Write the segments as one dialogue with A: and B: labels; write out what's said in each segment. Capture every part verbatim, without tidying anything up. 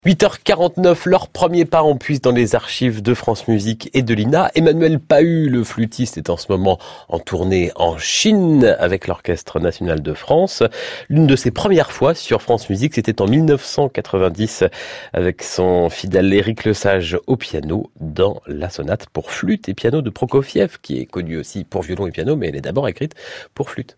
A: huit heures quarante-neuf, leur premier pas en puise dans les archives de France Musique et de l'I N A. Emmanuel Pahud, le flûtiste, est en ce moment en tournée en Chine avec l'Orchestre National de France. L'une de ses premières fois sur France Musique, c'était en mille neuf cent quatre-vingt-dix avec son fidèle Éric Lesage au piano dans la sonate pour flûte et piano de Prokofiev, qui est connue aussi pour violon et piano, mais elle est d'abord écrite pour flûte.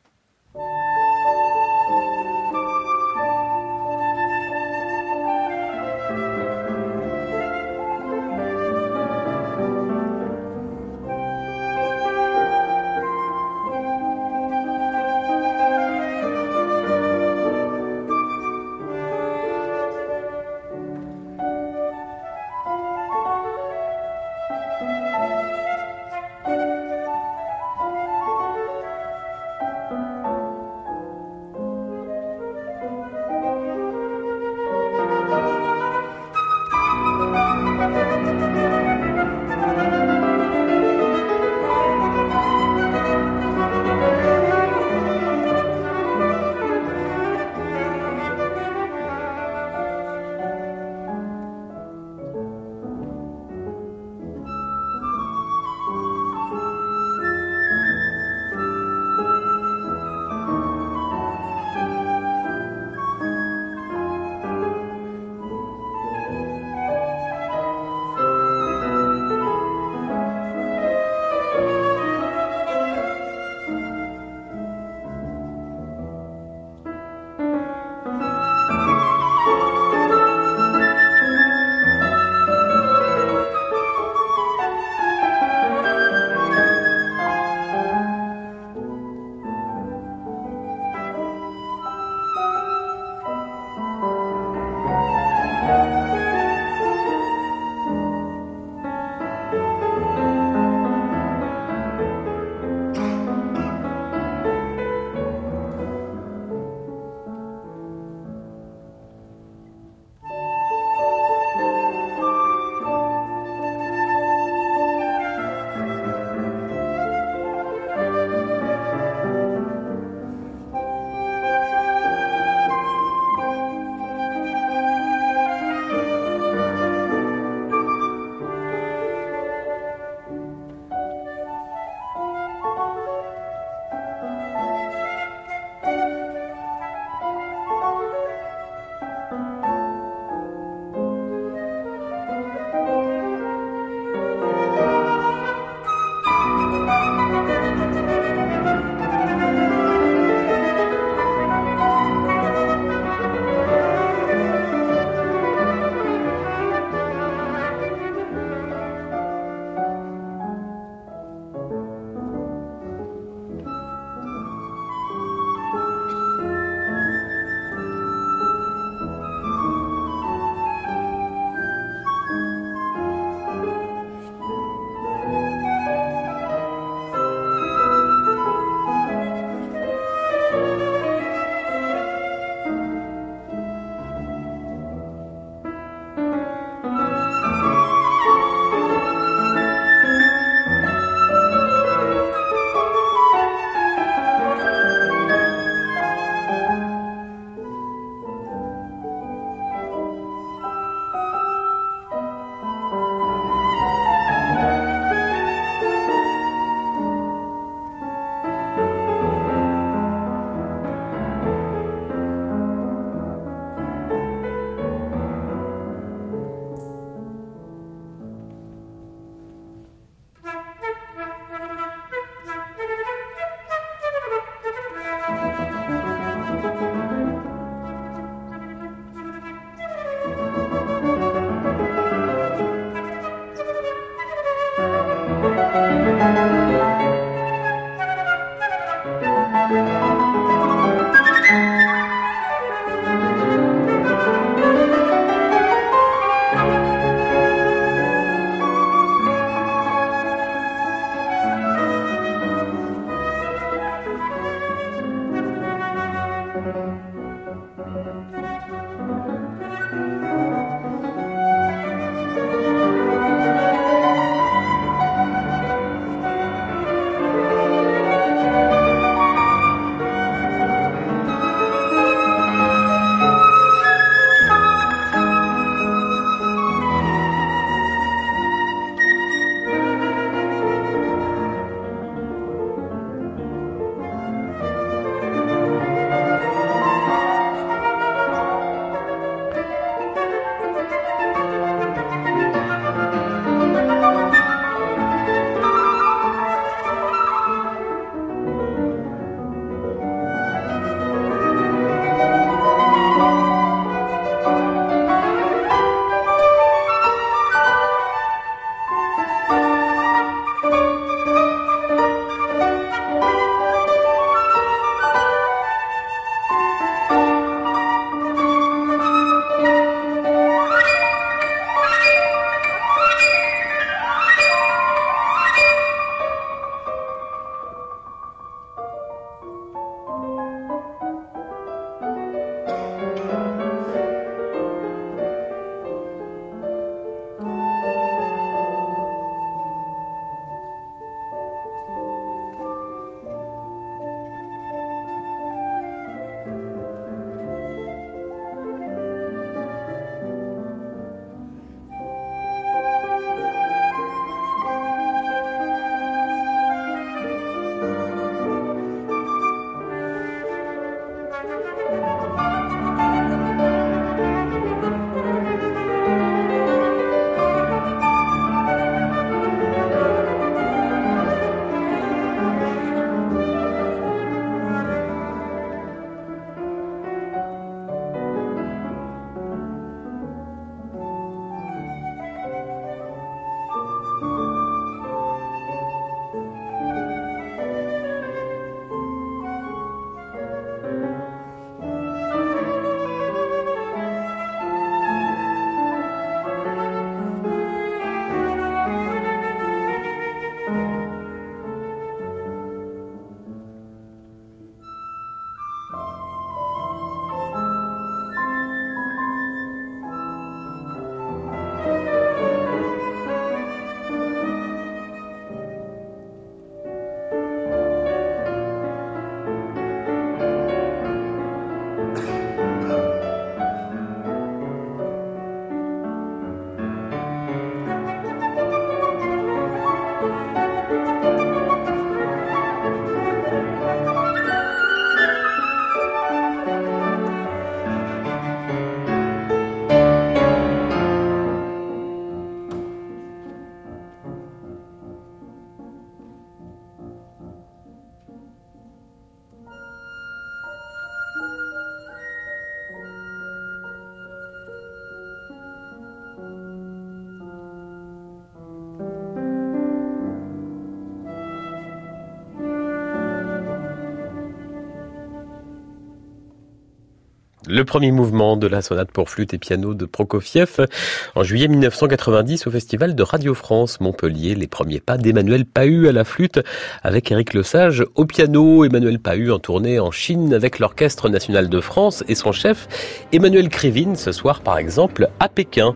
A: Le premier mouvement de la sonate pour flûte et piano de Prokofiev en juillet mille neuf cent quatre-vingt-dix au Festival de Radio France Montpellier. Les premiers pas d'Emmanuel Pahud à la flûte avec Éric Lesage au piano. Emmanuel Pahud en tournée en Chine avec l'Orchestre national de France et son chef Emmanuel Krivine ce soir par exemple à Pékin.